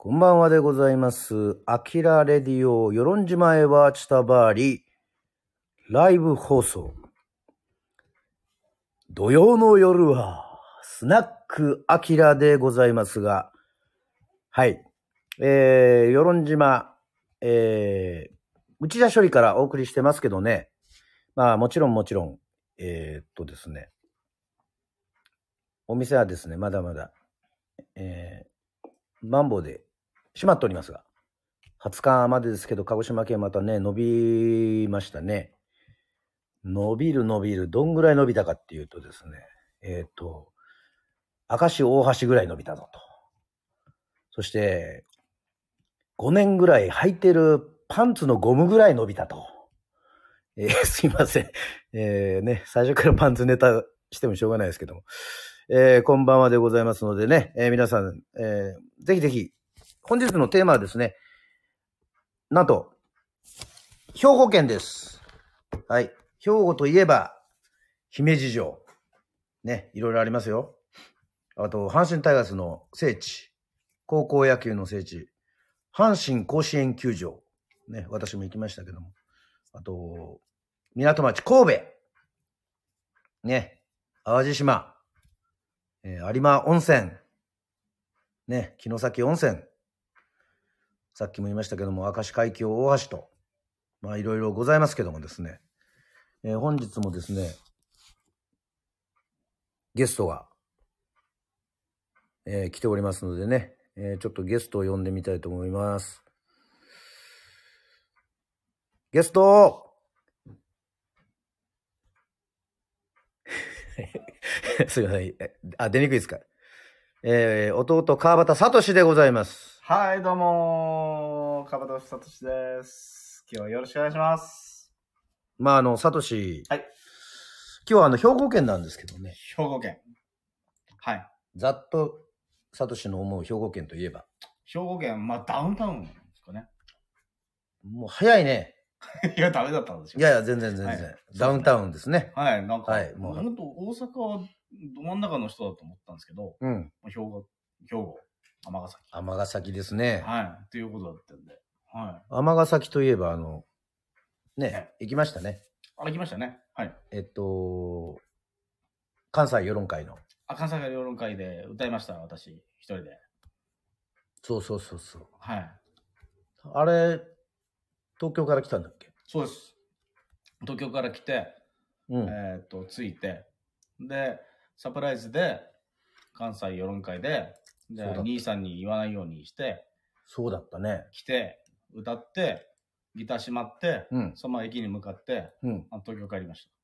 こんばんはでございます。アキラレディオ、与論島へはチタバーリ、ライブ放送。土曜の夜は、スナックアキラでございますが、はい。与論島、内田処理からお送りしてますけどね。まあ、もちろん、ですね。お店はですね、まだまだ、マンボウで閉まっておりますが、20日までですけど、鹿児島県またね、伸びましたね。伸びる。どんぐらい伸びたかっていうとですね、明石大橋ぐらい伸びたぞと。そして、5年ぐらい履いてるパンツのゴムぐらい伸びたと。すいません。ね、最初からパンツネタしてもしょうがないですけども。こんばんはでございますのでね、皆さん、ぜひぜひ、本日のテーマはですね、なんと、兵庫県です。はい。兵庫といえば、姫路城。ね、いろいろありますよ。あと、阪神タイガースの聖地。高校野球の聖地。阪神甲子園球場。ね、私も行きましたけども。あと、港町神戸。ね、淡路島。有馬温泉。ね、城崎温泉。さっきも言いましたけども、明石海峡大橋と。まあ、いろいろございますけどもですね。本日もですね、ゲストが、来ておりますのでね、ちょっとゲストを呼んでみたいと思います。ゲストすいません。出にくいですか。弟、川端聡でございます。 はい、どうも川端聡です。今日はよろしくお願いします。 まあ、聡。はい。今日は兵庫県なんですけどね。 兵庫県。はい。 ざっと、聡の思う兵庫県といえば。 兵庫県、まあダウンタウンですかね。 もう早いね。 いや、ダメだったんですよ。 いや、全然。はい、ダウンタウンですね。 はい、なんか、 はい、もう本当大阪はど真ん中の人だと思ったんですけど、 うん。 兵庫、尼崎。 尼崎ですね。 はい、っていうことだったんで。はい。 尼崎といえば、ね、行きましたね。 行きましたね。はい。 関西世論会の。 関西世論会で歌いました、私、一人で。 そう。 はい。 あれ、東京から来たんだっけ？ そうです。東京から来て、着いて、で、サプライズで、関西世論会で、兄さんに言わないようにして、 そうだったね。 来て、歌って、ギターしまって、そのまま駅に向かって、東京帰りました。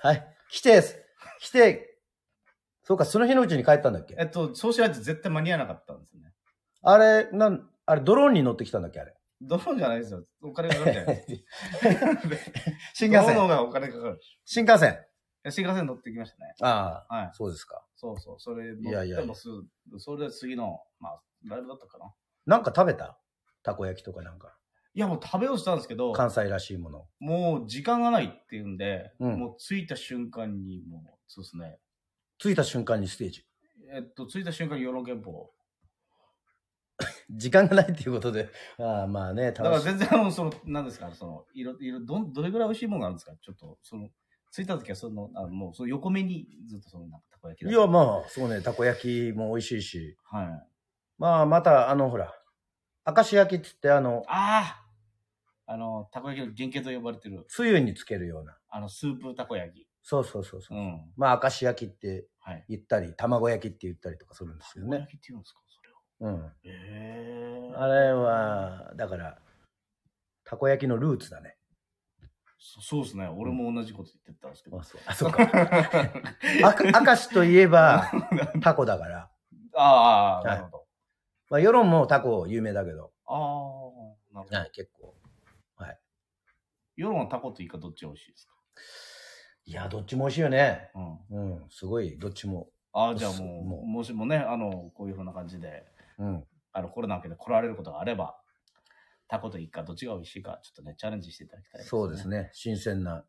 はい。来て、そうか、その日のうちに帰ったんだっけ？ そうしないと絶対間に合わなかったんですよね。 あれ、ドローンに乗ってきたんだっけ、あれ。 ドローンじゃないですよ。お金かかるじゃないです新幹線。 ドローンの方がお金かかる。 新幹線乗ってきましたね。 ああ、はい。そうですか。 そう。それ乗ってもそれで次の、まあ、ライブだったかな。 なんか食べた？たこ焼きとかなんか。 いや、もう食べようとしたんですけど。 関西らしいもの。 もう時間がないっていうんで、もう着いた瞬間にもう、そうですね。 着いた瞬間にステージ。 着いた瞬間に世論憲法。 時間がないっていうことで。まあね、 だから全然何ですか、どれぐらい美味しいものがあるんですか？ちょっと、着いた時はもう、横目にずっとなんかたこ焼きだ。 いや、まあ、そうね、たこ焼きも美味しいし。 はい。 まあ、また、ほら、明石焼きって言ってたこ焼きの原型と呼ばれてる。 つゆにつけるような。 スープたこ焼き。 そう。まあ、明石焼きって言ったり、卵焼きって言ったりとかするんですよね。 卵焼きって言うんですか、それを。 あれは、だから、たこ焼きのルーツだね。 そうですね。俺も同じこと言ってたんですけど。 そうか。明石といえば、タコだから。 なるほど。 まあ、世論もタコ有名だけど。 なるほど。 はい、結構。はい。 世論はタコとイカどっち美味しいですか？ いや、どっちも美味しいよね。すごい、どっちも。 じゃあもしもね、こういう風な感じで、コロナ明けで来られることがあれば、タコとイカどっちが美味しいか、ちょっとね、チャレンジしていただきたいですね。 そうですね。新鮮な、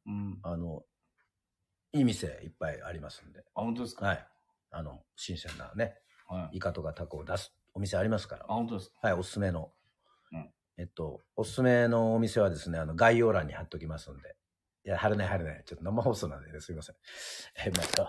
いい店いっぱいありますんで。 本当ですか？ はい。新鮮なね。 イカとかタコを出すお店ありますから。 あ、本当ですか？ はい、おすすめの。 うん、 おすすめのお店はですね、概要欄に貼っときますんで。いや、貼れない。ちょっと生放送なんでね、すいません。また。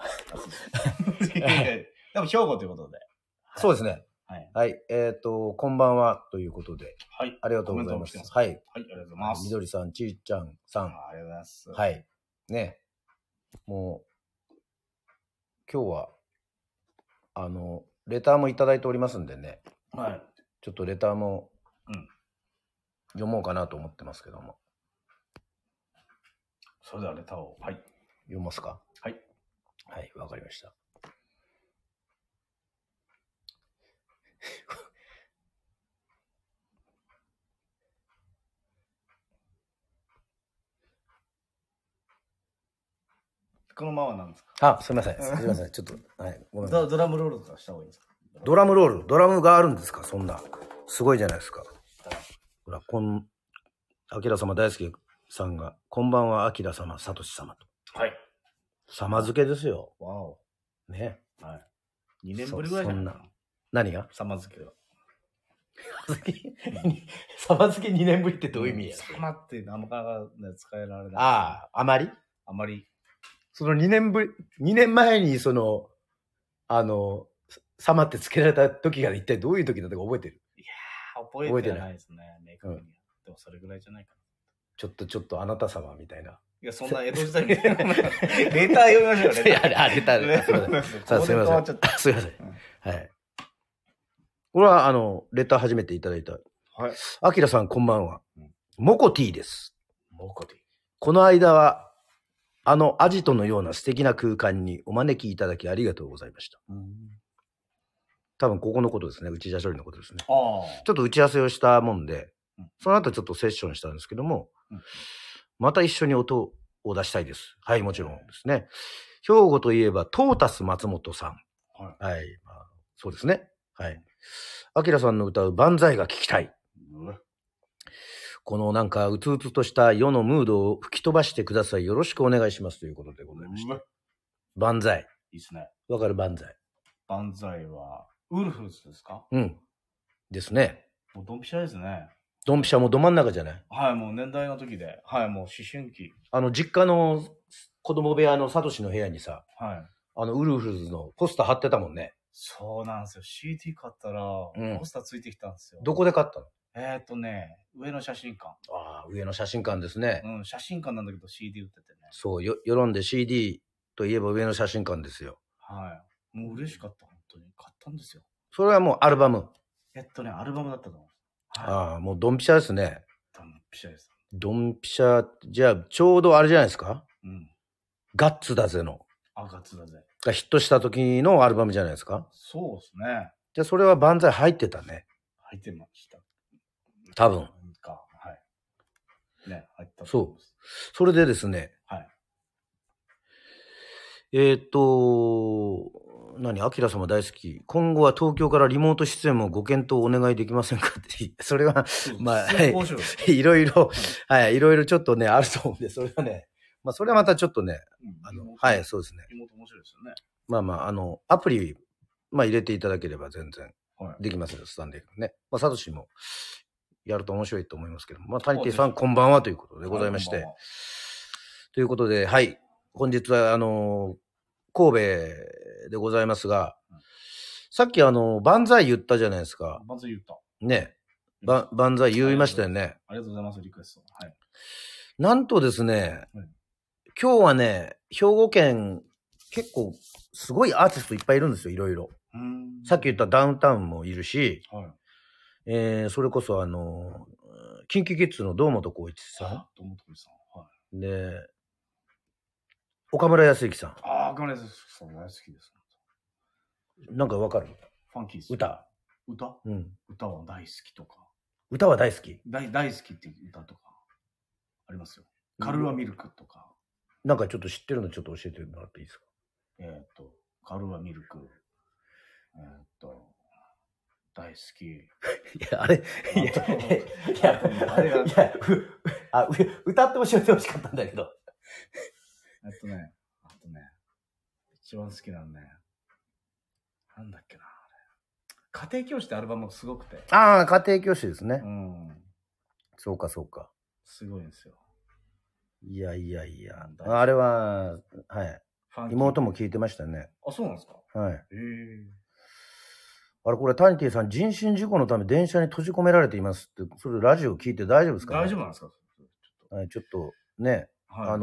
でも兵庫ということで。 そうですね。 はい。 はい。こんばんはということで。 はい。 ありがとうございます。 はい。 はい。 ありがとうございます。 みどりさん、ちいちゃんさん。 ありがとうございます。 はい。ね。もう、今日は、レターもいただいておりますんでね。 はい。 ちょっとレターも、読もうかなと思ってますけども。 それではレターを。はい。 読ますか？ はい。 はい、わかりました。 このままなんですか？ あ、すみません。すみません。ちょっと、はい。ごめんドラムロールとかした方がいいですか？ ドラムロール。ドラムがあるんですか？そんな。すごいじゃないですか。ほら、アキラ様大好きさんが、こんばんは、アキラ様、サトシ様と。 はい。 様付けですよ。 わお。 ね。 はい。2年ぶりぐらいじゃないかな。 何が？ 様付けは。 様付け2年ぶりってどういう意味や？ 様ってなかなか使えられない。 ああ、あまりその2年前に様って付けられた時が一体どういう時だったか覚えてる？ いやー、覚えてないですね。明確に。でもそれぐらいじゃないかな。 ちょっとあなた様みたいな。 いや、そんな江戸時代みたいな。レター読みましょうよ、レター。 レター。すいません。すいません。はい。これは、レター初めていただいた。はい。アキラさん、こんばんは。モコティです。 モコティ。 この間は、アジトのような素敵な空間にお招きいただきありがとうございました。多分ここのことですね。内田処理のことですね。ちょっと打ち合わせをしたもんで、その後ちょっとセッションしたんですけども、また一緒に音を出したいです。はい、もちろんですね。兵庫といえば、トータス松本さん。はい。まあ、そうですね。はい。アキラさんの歌う万歳が聞きたい。このなんかうつうつとした世のムードを吹き飛ばしてください。よろしくお願いしますということでございました。万歳。 いいっすね。 わかる？万歳。 万歳は、ウルフルズですか？ うん。ですね。 もうドンピシャですね。 ドンピシャもど真ん中じゃない？ はい、もう年代の時で。はい、もう思春期。 実家の子供部屋のサトシの部屋にさ、 はい。 ウルフルズのポスター貼ってたもんね。 そうなんですよ。CD 買ったら、ポスターついてきたんですよ。 どこで買ったの？ 上野写真館。 ああ、上野写真館ですね。 うん、写真館なんだけど CD 売っててね。 そう、世論で CD といえば上野写真館ですよ。 はい。もう嬉しかった、本当に。買ったんですよ。 それはもうアルバム？ アルバムだったと思う。 はい、ああ、もうドンピシャですね。 ドンピシャです。 ドンピシャ、じゃあ、ちょうどあれじゃないですか？ うん。 ガッツだぜの。 ガッツだぜ。 がヒットした時のアルバムじゃないですか？ そうですね。 じゃあ、それは万歳入ってたね。 入ってました。 多分。 はい。ね、入った。 そう。それでですね。 はい。 アキラ様大好き。今後は東京からリモート出演もご検討お願いできませんかって。それは、まあ、いろいろ、はい、いろいろちょっとね、あると思うんで、それはね、まあ、それはまたちょっとね、はい、そうですね。 リモート面白いですよね。 まあまあ、アプリ、まあ入れていただければ全然できますよ、スタンデーね。まあ、サトシもやると面白いと思いますけども、まあ、タニティさんこんばんはということでございまして。ということで、はい、本日は、神戸でございますが、さっき万歳言ったじゃないですか。 万歳言った。 ね。万歳言いましたよね。 ありがとうございます、リクエスト。はい。 なんとですね、今日はね、兵庫県、結構、すごいアーティストいっぱいいるんですよ、いろいろ。さっき言ったダウンタウンもいるし、それこそキンキキッズの堂本光一さん。 堂本光一さん。はい。 で、岡村康之さん。 岡村康之さん大好きです。 なんかわかる？ ファンキーです。 歌？ うん。歌は大好きとか。 歌は大好き？ 大好きっていう歌とかありますよ。カルーアミルクとか。 なんかちょっと知ってるのちょっと教えてもらっていいですか？ カルーアミルク。大好き。いや、あれ、歌って教えてほしかったんだけど。 あとね、一番好きなんね。なんだっけな、 家庭教師ってアルバムもすごくて。 ああ、家庭教師ですね。 うん。 そうか、そうか。 すごいんですよ。 いやいやいや。あれは、はい。妹も聞いてましたね。 あ、そうなんですか？ はい。 へえ。 あれ、これ、タニティさん、人身事故のため電車に閉じ込められていますって、それラジオ聞いて大丈夫ですかね？ 大丈夫なんですか？ はい、ちょっと、ね、 はい、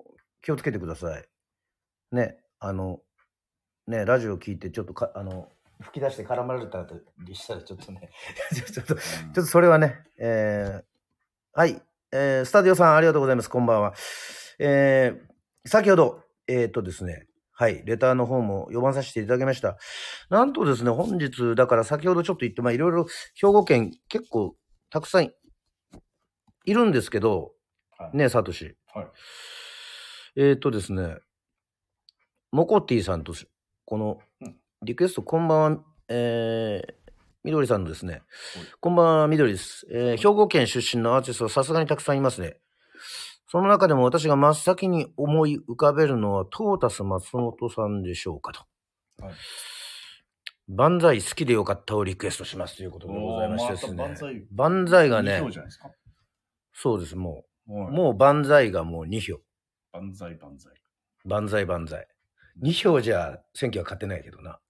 気をつけてください。ね、ね、ラジオ聞いて、ちょっと吹き出して絡まれたりしたら、ちょっとね、ちょっとそれはね、はい、スタジオさんありがとうございます。こんばんは。先ほど、ですね、はい、レターの方も読まさせていただきました。なんとですね、本日、だから先ほどちょっと言って、いろいろ兵庫県結構たくさんいるんですけど、はい、ね、サトシ。はい。ですね、モコティさんと、この、リクエスト、こんばんは、みどりさんのですね、こんばんは、みどりです。兵庫県出身のアーティストはさすがにたくさんいますね。その中でも私が真っ先に思い浮かべるのは、トータス松本さんでしょうかと。はい。万歳好きでよかったをリクエストしますということでございましてですね。万歳がね、2票じゃないですか？そうです、もう万歳がもう2票。 万歳万歳。 万歳万歳。2票じゃ選挙は勝てないけどな。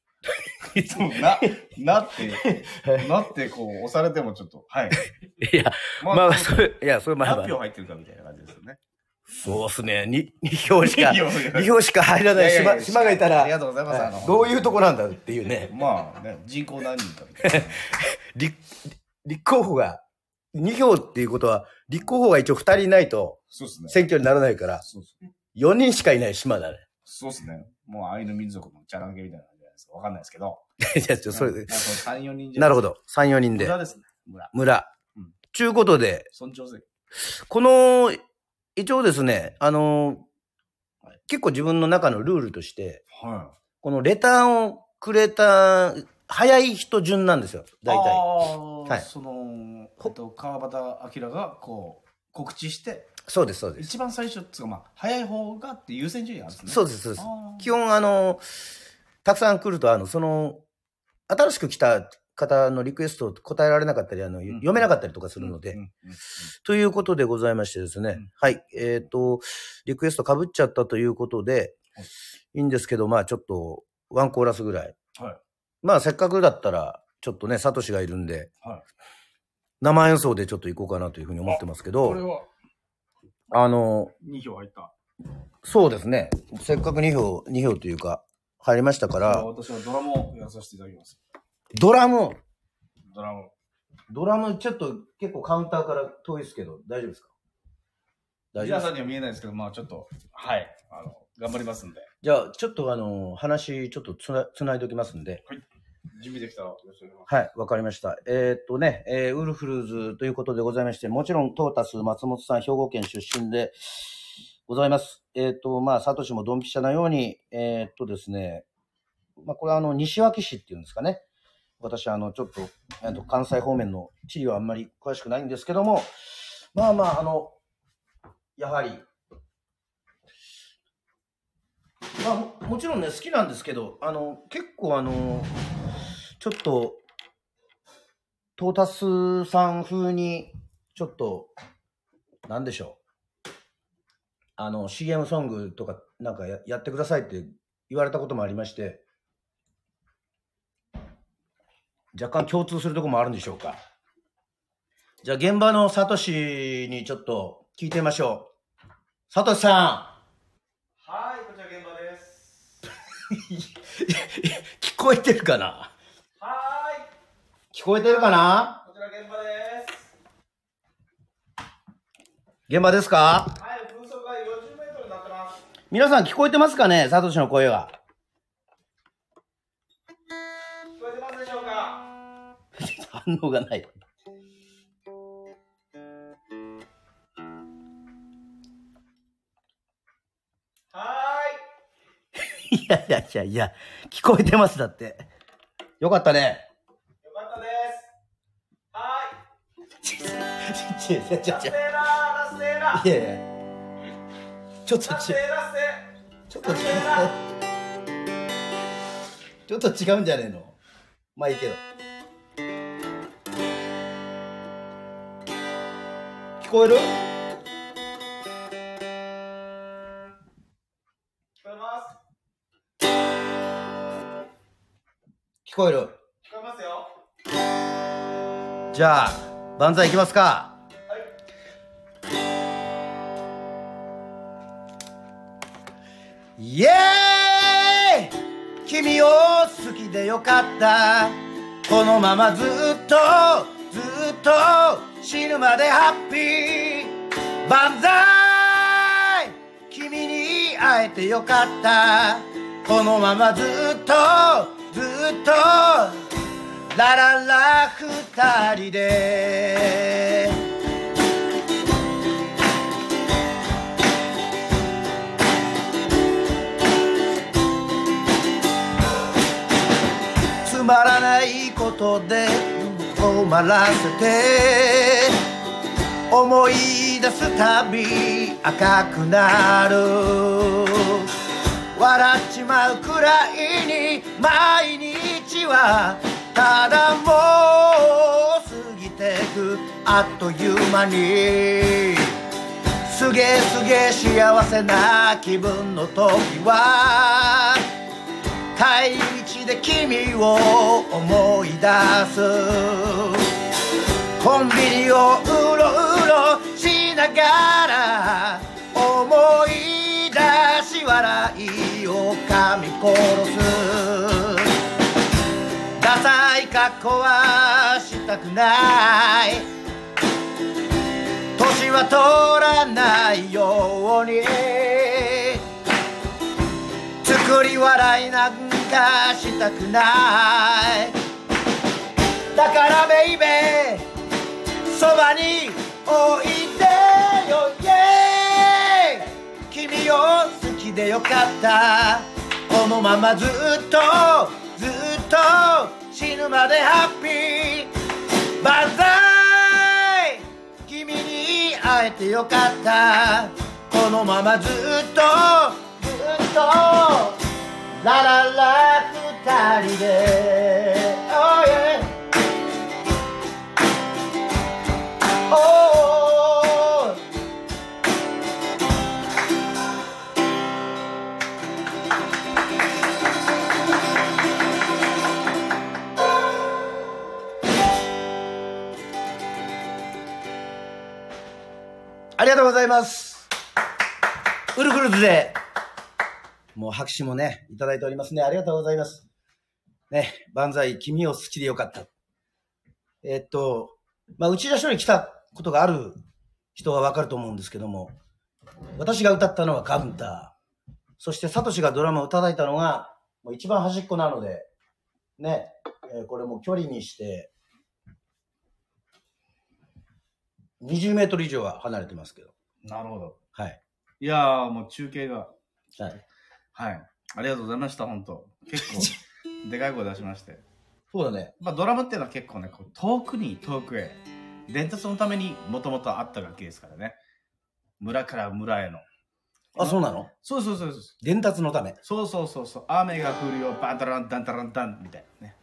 なってこう押されてもちょっと、はい。 いや、まあ、それ何票入ってるかみたいな感じですよね。 そうっすね。2票しか、2票しか入らない島がいたら、 ありがとうございます。 どういうとこなんだっていうね。 まあね、人口何人かみたいな。 立候補が、2票っていうことは、立候補が一応2人いないと、選挙にならないから、4人しかいない島だね。 そうっすね。もうアイヌ民族のチャランケみたいな感じじゃないですか。わかんないですけど。 いや、それで。 3、4人じゃなるほど。3、4人で。 村ですね。 村。ちゅうことで、 尊重せ。 この、一応ですね、結構自分の中のルールとして、このレターをくれた、早い人順なんですよ、大体。 はい。その、川端明がこう、告知して、 そうです、そうです。 一番最初っていうか、早い方がって優先順位あるんですね。 そうです、そうです。基本、たくさん来ると、新しく来た方のリクエストを答えられなかったり、読めなかったりとかするので、ということでございましてですね、はい、リクエスト被っちゃったということで、いいんですけど、ちょっと、ワンコーラスぐらい。はい。せっかくだったら、ちょっとね、サトシがいるんで、はい、生演奏でちょっと行こうかなというふうに思ってますけど、これは 2票入った。 そうですね。せっかく2票というか、入りましたから。 私はドラムをやらさせていただきます。 ドラム、ちょっと結構カウンターから遠いですけど、大丈夫ですか？ 皆さんには見えないですけど、ちょっと、はい、頑張りますんで。 じゃあ、ちょっと話、ちょっとつないでおきますんで。 はい。準備できたら、 はい、わかりました。ウルフルズということでございまして、もちろんトータス松本さん、兵庫県出身でございます。サトシもドンピシャなように、ですね、これは西脇市っていうんですかね。私ちょっと、関西方面の地理はあんまり詳しくないんですけども、やはり、もちろんね、好きなんですけど、結構ちょっと、トータスさん風に、ちょっと、なんでしょう。CM ソングとか、なんかやってくださいって言われたこともありまして、若干共通するところもあるんでしょうか。じゃあ現場のサトシにちょっと聞いてみましょう。サトシさん。 はい、こちら現場です。 聞こえてるかな？ はい。 聞こえてるかな？ こちら現場です。 現場ですか？ はい、風速が40メートルになってます。 皆さん聞こえてますかね？サトシの声が。反応がない。いや、聞こえてますだって。よかったね。 よかったです。はーい。 ラステーラ。 いや。ちょっと違うんじゃねえの。 まあいいけど。聞こえる？ 聞こえます。 聞こえる？ 聞こえますよ。 じゃあ、万歳いきますか。イエーイ！君を好きでよかった。このままずっと死ぬまでハッピー。万歳！君に会えてよかった。このままずっとラララ二人でつまらないことで困らせて思い出すたび赤くなる。笑っちまうくらいに毎日はただもう過ぎてくあっという間にすげえ幸せな気分の時は帰り道で君を思い出す。コンビニをうろしながら思い出し笑いを噛み殺す。ダサい格好はしたくない。年は取らないように作り笑いなんかしたくない。だからベイベーそばにおいでよイエーイ。君を好きでよかった。このままずっと死ぬまでハッピー。万歳！君に会えてよかった。このままずっとラララ二人で Oh yeah Ohありがとうございます。ウルフルズでもう拍手もねいただいておりますね。ありがとうございますね。万歳、君を好きでよかった。内田署に来たことがある人はわかると思うんですけども、私が歌ったのはカウンター、そしてサトシがドラムを叩いたのがもう一番端っこなのでね、これも距離にして20メートル以上は離れてますけど。 なるほど。 はい。 いやーもう中継がはい、ありがとうございました。本当結構でかい声出しまして。 そうだね。 まあドラムっていうのは結構ね、こう遠くへ伝達のためにもともとあった楽器ですからね。村から村への。 あ、そうなの？ そう。 伝達のため。 そう。雨が降るよ、バンタランダンタランダンみたいなね。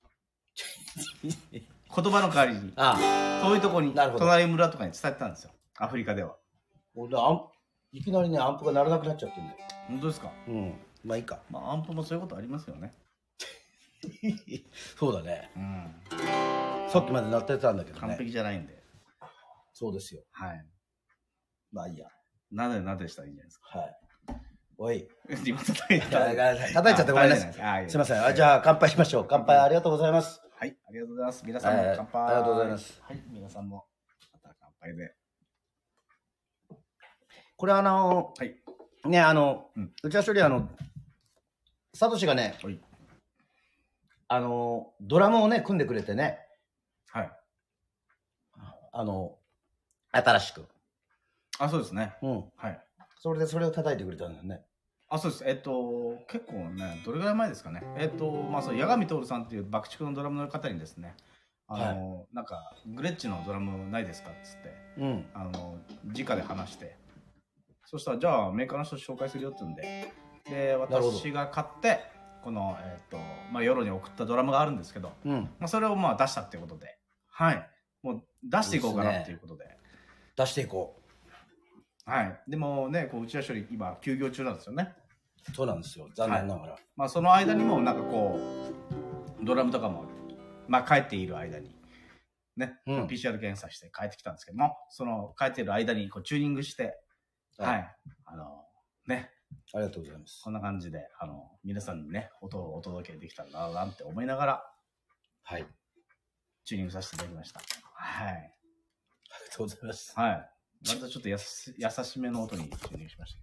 言葉の代わりに、遠いところに、隣村とかに伝えてたんですよ。アフリカでは。 いきなりね、アンプが鳴らなくなっちゃってるんだよ。 本当ですか？ うん。まあいいか。 まあアンプもそういうことありますよね。 そうだね。 うん。 さっきまで鳴ってたんだけどね。 完璧じゃないんで。 そうですよ。 はい。 まあいいや。 なでしたらいいんじゃないですか。 はい。おい。 今叩いちゃってごめんなさい。すいません。じゃあ乾杯しましょう。乾杯ありがとうございます。 はい、ありがとうございます。皆さんも乾杯。 ありがとうございます。 はい、皆さんもまた乾杯で。 これね、うちは処理サトシがね、ドラムをね、組んでくれてね。 はい。 新しく。 あ、そうですね。 うん。 はい。 それを叩いてくれたんだよね。 あ、そうです。結構ね、どれぐらい前ですかね。まあ、そう、八神徹さんっていう爆竹のドラムの方にですね、なんか、グレッチのドラムないですかっつって、 うん。 直で話して、そしたら、じゃあ、メーカーの人紹介するよって言うんで、で、私が買って、 この、まあ、夜に送ったドラムがあるんですけど、まあ、それをまあ出したっていうことで、はい。もう出していこうかなっていうことで。 出していこう。はい。でもね、こう、内田処理、今、休業中なんですよね。 そうなんですよ。残念ながら。はい、 まあ、その間にも、なんかこう、ドラムとかも、まあ、帰っている間に、ね、PCR 検査して帰ってきたんですけども、その帰っている間にこうチューニングして、はい。ね。 ありがとうございます。 こんな感じで、皆さんにね、音をお届けできたらな、なんて思いながら、 はい。 チューニングさせていただきました。はい。ありがとうございます。 はい。またちょっと優しめの音にチューニングしました。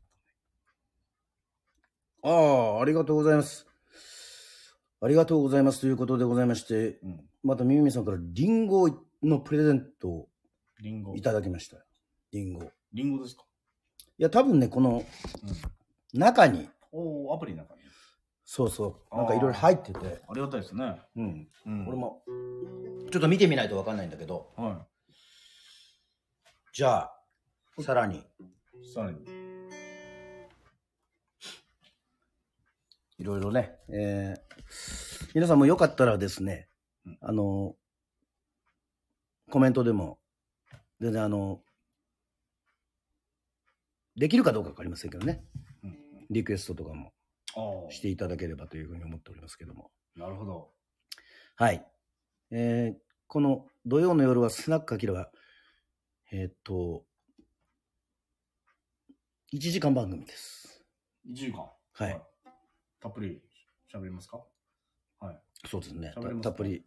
ありがとうございます。ありがとうございますということでございまして、またみみさんからリンゴのプレゼントをいただきました。リンゴ。 リンゴですか？ いや、多分ね、この中に。 アプリの中に。 そうそう。なんかいろいろ入ってて。 ありがたいですね。 俺も、ちょっと見てみないとわかんないんだけど。はい。じゃあ、さらに。いろいろね、皆さんもよかったらですね、コメントでも、全然できるかどうかわかりませんけどね、リクエストとかもしていただければというふうに思っておりますけども。 なるほど。 はい。この土曜の夜はスナックかければ、1時間番組です。 1時間？ はい。 たっぷり喋りますか？はい。 そうですね。たっぷり。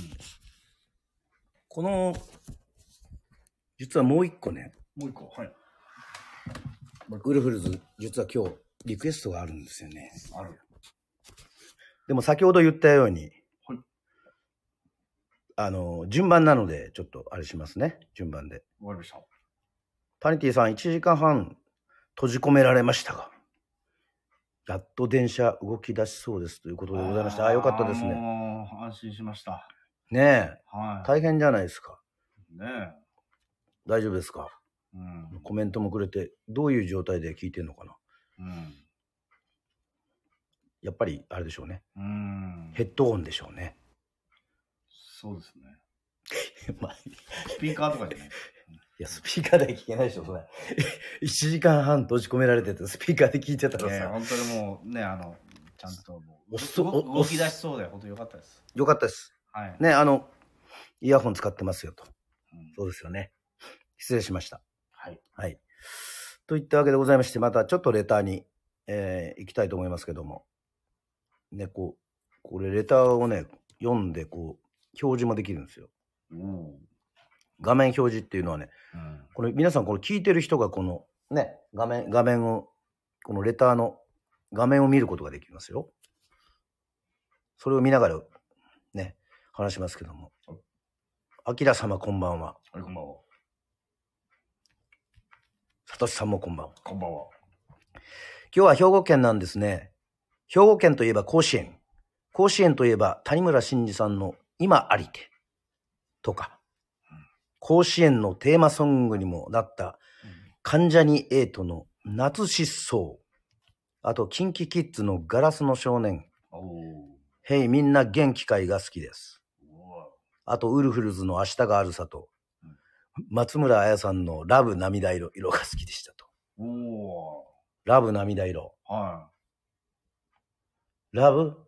この、実はもう一個ね。 もう一個。はい。 ウルフルズ、実は今日、リクエストがあるんですよね。 ある。 でも先ほど言ったように、はい、順番なので、ちょっとあれしますね。順番で。 わかりました。 パニティさん、1時間半閉じ込められましたが、やっと電車動き出しそうですということでございました。よかったですね。 もう、安心しました。 ねえ。 はい。 大変じゃないですか。 ねえ。 大丈夫ですか？コメントもくれて、どういう状態で聞いてんのかな。やっぱり、あれでしょうね。ヘッドホンでしょうね。 そうですね。 まあ、 スピーカーとかじゃない。 いや、スピーカーで聞けないでしょ、それ。1時間半閉じ込められてて、スピーカーで聞いてたらさ。 いや、本当にもうね、ちゃんともう動き出しそうで、本当によかったです。 よかったです。 はい。 ね、イヤホン使ってますよと。そうですよね。失礼しました。 はい。 はい。といったわけでございまして、またちょっとレターに、行きたいと思いますけども。ね、これレターをね、読んで、表示もできるんですよ。画面表示っていうのはね、これ皆さんこれ聞いてる人がこのね、画面を、このレターの画面を見ることができますよ。それを見ながらね、話しますけども。あきら様こんばんは。 はい、こんばんは。 さとしさんもこんばんは。 こんばんは。 今日は兵庫県なんですね。兵庫県といえば甲子園。甲子園といえば谷村新司さんの今ありてとか、甲子園のテーマソングにもなった関ジャニ∞の夏疾走。あと、キンキキッズのガラスの少年。へい、みんな元気かいが好きです。あと、ウルフルズの明日があるさと、松村彩さんのラブ涙色が好きでしたと。ラブ涙色。 はい。 ラブ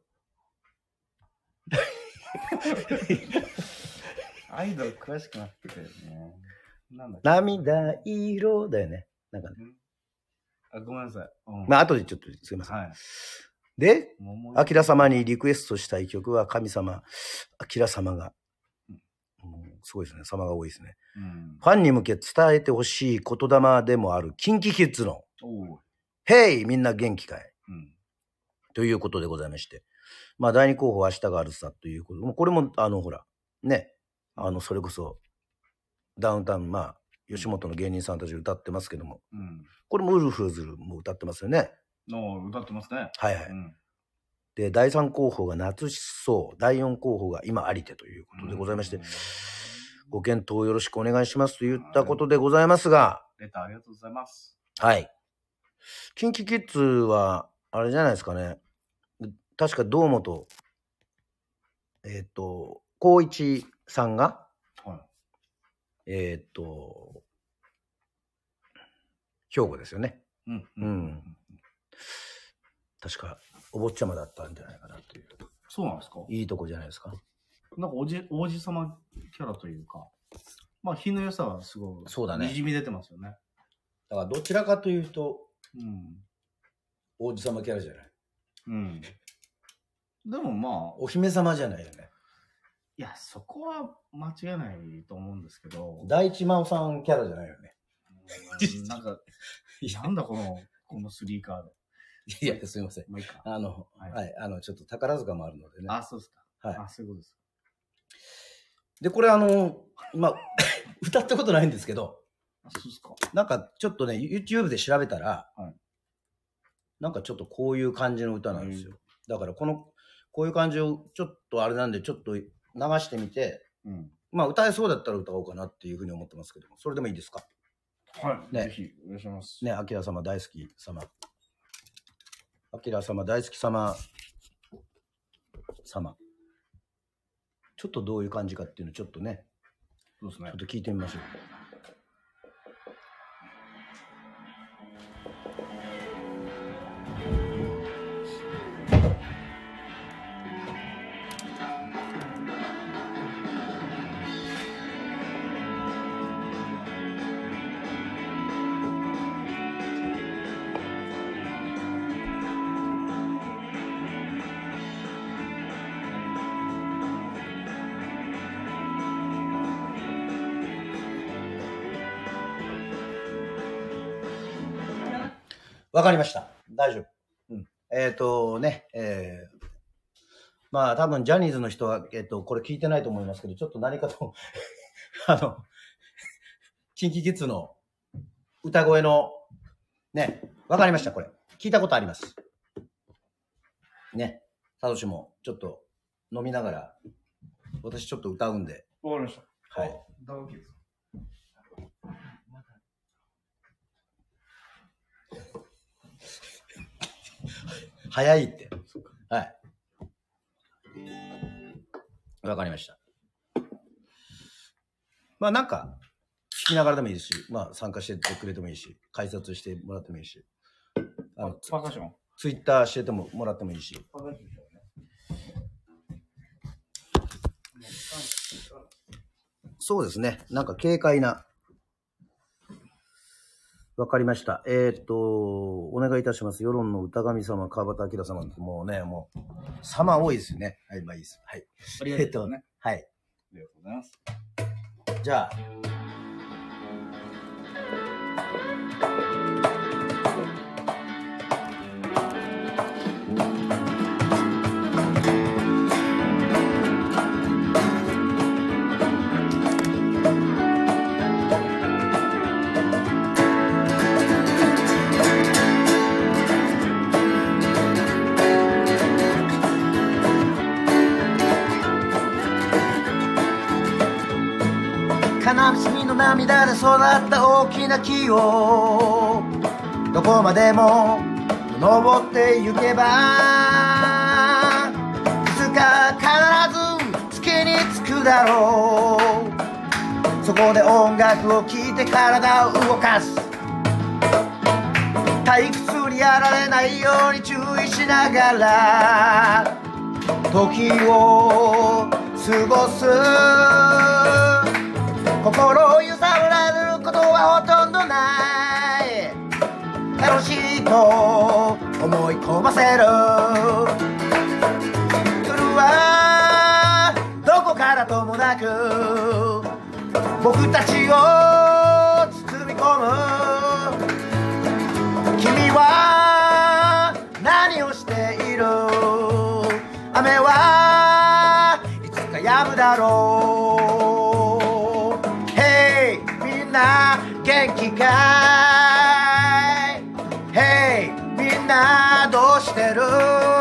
アイドル詳しくなってたよね。 なんだっけ？涙色だよね。なんかね。 ごめんなさい。 まあ、後でちょっとすいません。はい、で、アキラ様にリクエストしたい曲は神様、アキラ様が、すごいですね。様が多いですね。ファンに向け伝えてほしい言霊でもあるキンキキッズの、ヘイみんな元気かい、ということでございまして。まあ、第二候補は明日があるさということで、これも、ほら、ね、それこそ、ダウンタウン、まあ、吉本の芸人さんたち歌ってますけども、これもウルフルズも歌ってますよね。 歌ってますね。 はいはい。で、第3候補が夏疾走、第4候補が今ありてということでございまして、ご検討よろしくお願いしますと言ったことでございますが、 レターありがとうございます。 はい。キンキキッズは、あれじゃないですかね。 確か堂本、光一さんが、 はい。 兵庫ですよね。確か、お坊ちゃまだったんじゃないかなという。 そうなんですか？ いいとこじゃないですか。 なんか王子様キャラというか、まあ、品の良さはすごい、 そうだね。 にじみ出てますよね。 だから、どちらかというと、王子様キャラじゃない。 でもまあ。 お姫様じゃないよね。 いや、そこは間違いないと思うんですけど。 第一真央さんキャラじゃないよね。 なんか、なんだこのスリーカード。 いや、すみません。 もういいか。 はい、ちょっと宝塚もあるのでね。 あ、そうですか。 はい。 あ、そういうことですか。 で、これまあ、歌ったことないんですけど、 そうですか。 なんかちょっとね、YouTube で調べたら、なんかちょっとこういう感じの歌なんですよ。だからこういう感じをちょっとあれなんで、ちょっと流してみて、まあ歌えそうだったら歌おうかなっていうふうに思ってますけども、それでもいいですか？ はい。 ね、 ぜひ、お願いします。 ね、アキラ様大好き様。アキラ様大好き様。ちょっとどういう感じかっていうのをちょっとね、 そうですね。 ちょっと聞いてみましょう。わかりました。大丈夫。まあ多分ジャニーズの人は、これ聞いてないと思いますけど、ちょっと何かと、キンキキッズの歌声の、ね、わかりました、これ。聞いたことあります。ね、サトシもちょっと飲みながら、私ちょっと歌うんで。 わかりました。 はい。 歌うわけですか？ 早いって。はい。わかりました。まあなんか、聞きながらでもいいですし、まあ参加してくれてもいいし、解説してもらってもいいし、 パーカッションツイッターしててもらってもいいし。 パーカッションね。 そうですね。なんか軽快な。わかりました。お願いいたします。世論の歌神様、川端明様って、もうね、もう、様多いですよね。はい、まあいいです。はい。 ありがとうございます。 はい。 ありがとうございます。 じゃあ。悲しみの涙で育った大きな木をどこまでも登ってゆけばいつか必ず月に着くだろう。そこで音楽を聴いて体を動かす。退屈にやられないように注意しながら時を過ごす。心を揺さぶられることはほとんどない。楽しいと思い込ませる。夜はどこからともなく僕たちを包み込む。君は何をしている？雨はいつか止むだろう。元気かい？ Hey みんなどうしてる？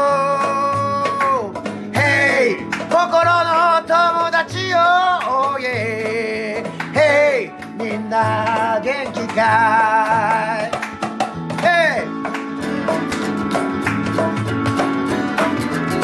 Hey 心の友達よ Oh yeah Hey みんな元気かい？ Hey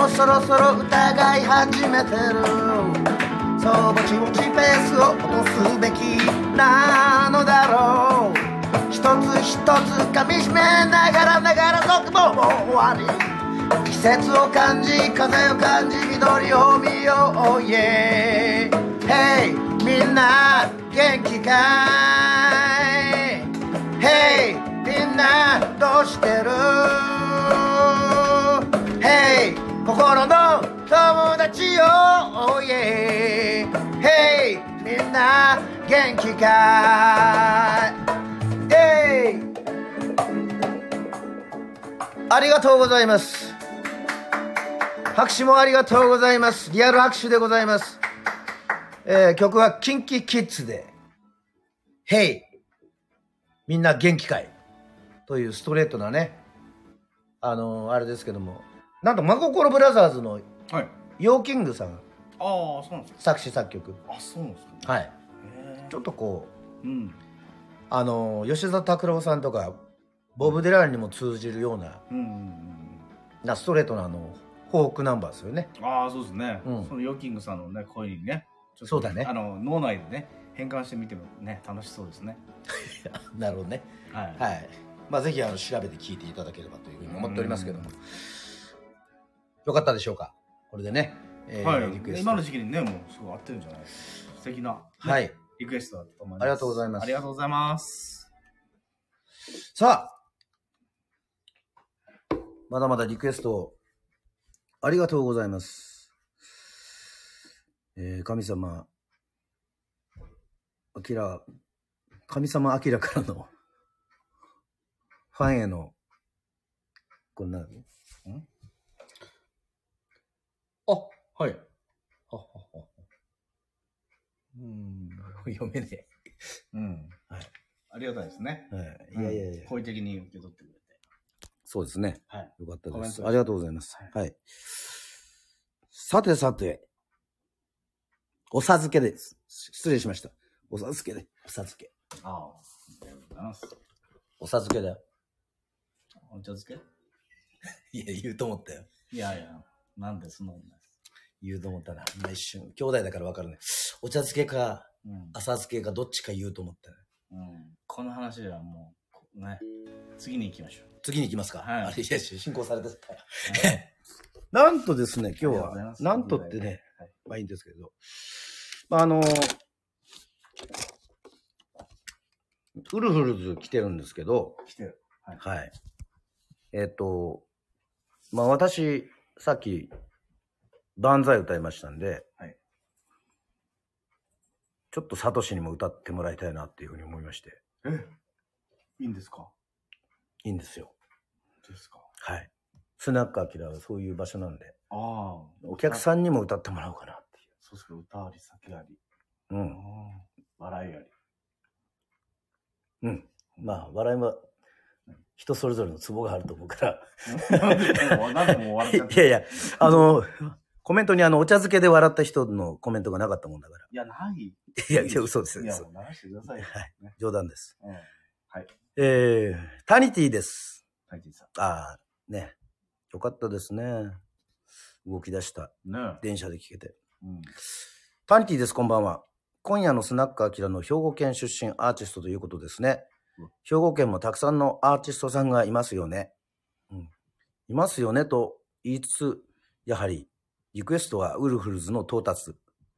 もそろそろ疑い始めてる。そうぼちぼちペースを落とすべきなのだろう。一つ一つ噛みしめながら続ももう終わり。季節を感じ風を感じ緑を見よう、yeah. Hey みんな元気かい？ Hey みんなどうしてる？ Hey 心の友達よ、oh yeah. Hey みんな元気かい？ Hey ありがとうございます。拍手もありがとうございます。リアル拍手でございます。曲はキンキキッズで Hey みんな元気かいというストレートなね、あれですけども、なんと真心ブラザーズのヨーキングさん、 そうなんですか。 作詞作曲。 そうなんですか、ね。 はい。ちょっとこう、吉田拓郎さんとかボブ・ディランにも通じるような、ストレートなフォークナンバーですよね。 そうですね。そのヨーキングさんのね声にね、 そうだね。 脳内でね変換してみてもね楽しそうですね。 なるほどね。はい。まあぜひ調べて聞いていただければというふうに思っておりますけども、よかったでしょうか。これでね。リクエスト今の時期にねもうすごい合ってるんじゃないですか。素敵な、リクエストだと思います。 ありがとうございます。 ありがとうございます。 さあ、まだまだリクエストありがとうございます。神様アキラからのファンへのこんなのはい。 読めねえ。 はい。ありがたいですね。 いや。 好意的に受け取ってくれて。 そうですね。 はい。 よかったです。ありがとうございます。はい。さて、お授けです。失礼しました。お授け。 ありがとうございます。 お授けだよ。 お茶漬け？ いや、言うと思ったよ。 いや、なんでそんなことないです。 言うと思ったな。一瞬。兄弟だから分かるね。お茶漬けか、浅漬けか、どっちか言うと思ったね。 この話はもう、ね、次に行きましょう。 次に行きますか。 はい。 いや、進行されてた。なんとですね、今日は、なんとってね、まあいいんですけど、ウルフルズ来てるんですけど、 来てる。 はい。まあ私、さっき、万歳歌いましたんで、ちょっとサトシにも歌ってもらいたいなっていうふうに思いまして。 いいんですか？ いいんですよ。 ですか？ はい。スナックアキラはそういう場所なんで、 お客さんにも歌ってもらおうかなっていう。 そうですか、歌あり、酒あり。笑いあり。まあ、笑いは、人それぞれのツボがあると思うから。いや、コメントにお茶漬けで笑った人のコメントがなかったもんだから。 いや、ない。 いや、嘘ですよ。 いや、もう流してください。はい。 冗談です。 はい。 タニティです。 タニティさん。ね。よかったですね。動き出した。電車で聞けて。タニティです、こんばんは。今夜のスナックアキラの兵庫県出身アーティストということですね。兵庫県もたくさんのアーティストさんがいますよね。いますよねと言いつつ、やはりリクエストはウルフルズの到達。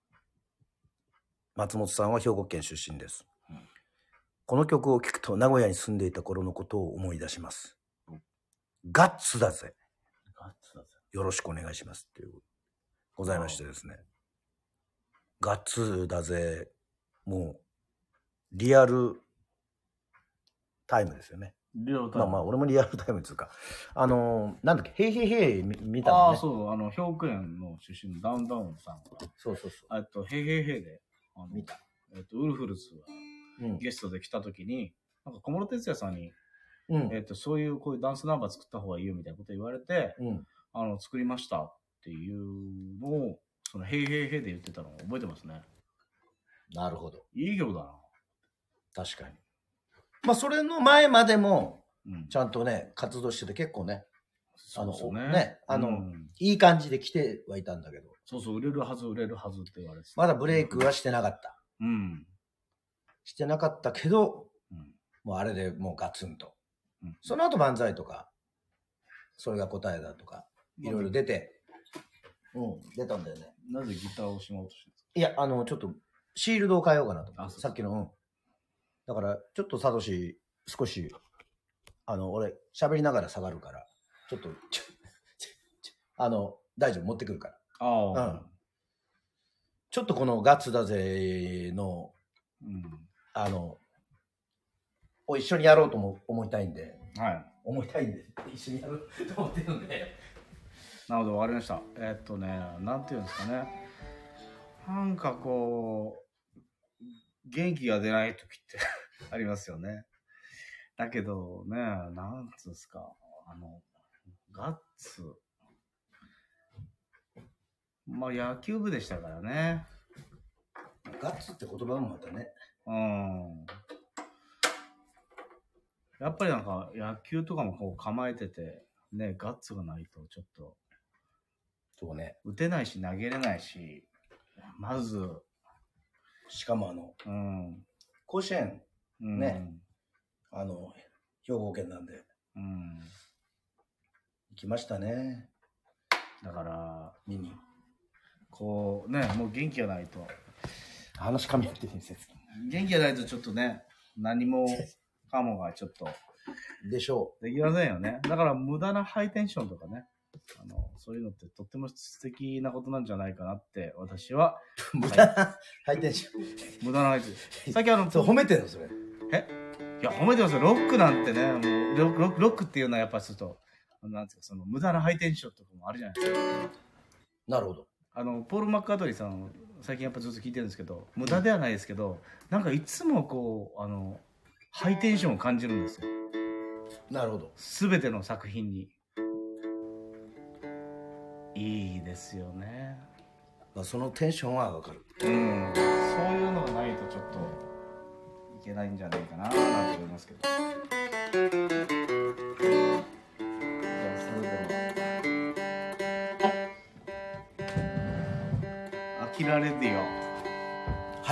松本さんは兵庫県出身です。この曲を聴くと名古屋に住んでいた頃のことを思い出します。ガッツだぜ。よろしくお願いしますっていうございましてですね。ガッツだぜ。もうリアルタイムですよね。まあ俺もリアルタイムっていうか、なんだっけ、ヘイヘイヘイ見たのね。 そう、兵庫県の出身のダウンタウンさんが。 そう。 ヘイヘイヘイで見た。ウルフルズはゲストで来た時に、なんか小室哲哉さんに、そういうこういうダンスナンバー作った方がいいよみたいなこと言われて、作りましたっていうのを、そのヘイヘイヘイで言ってたのを覚えてますね。 なるほど。 いい曲だな。 確かに。まあそれの前までもちゃんとね活動してて結構ねいい感じで来てはいたんだけど。 そうそう、売れるはずって言われてまだブレイクはしてなかった。 うん。 してなかったけど、もうあれでもうガツンと。その後漫才とか、それが答えだとか、いろいろ出て、出たんだよね。 なぜギターをしまおうとしてるんですか？ いや、ちょっと、シールドを変えようかなと。さっきの、だから、ちょっとサトシ、少し、俺、喋りながら下がるから、ちょっと、大丈夫、持ってくるから。ちょっとこのガッツだぜの、を一緒にやろうとも思いたいんで、一緒にやろうと思ってるんで。 なるほど、わかりました。なんていうんですかね。なんかこう、元気が出ない時ってありますよね。だけどね、なんつうんですか、ガッツ。まあ野球部でしたからね。 ガッツって言葉もまたね。 やっぱりなんか野球とかもこう構えてて、ね、ガッツがないとちょっと、 そうね。 打てないし投げれないし、まず、 しかも甲子園、ね、兵庫県なんで、行きましたね。 だから、 見に。 こうね、もう元気がないと。 話かみ合ってるんですよ。 元気がないとちょっとね、何もかもがちょっと。 でしょう。できませんよね。だから無駄なハイテンションとかね。そういうのってとっても素敵なことなんじゃないかなって私は。 無駄なハイテンション。無駄なハイテンション。さっきそう褒めてるのそれ。 いや褒めてますよ。ロックなんてね、もうロックっていうのはやっぱちょっとなんていうかその無駄なハイテンションとかもあるじゃないですか。 なるほど。 ポール・マッカートリーさん最近やっぱずっと聞いてるんですけど、無駄ではないですけど、なんかいつもこうハイテンションを感じるんですよ。 なるほど。 全ての作品に。いいですよね。 まあそのテンションはわかる。 そういうのがないとちょっといけないんじゃないかななんて思いますけど。じゃあそれでは飽きられてよ。 はい。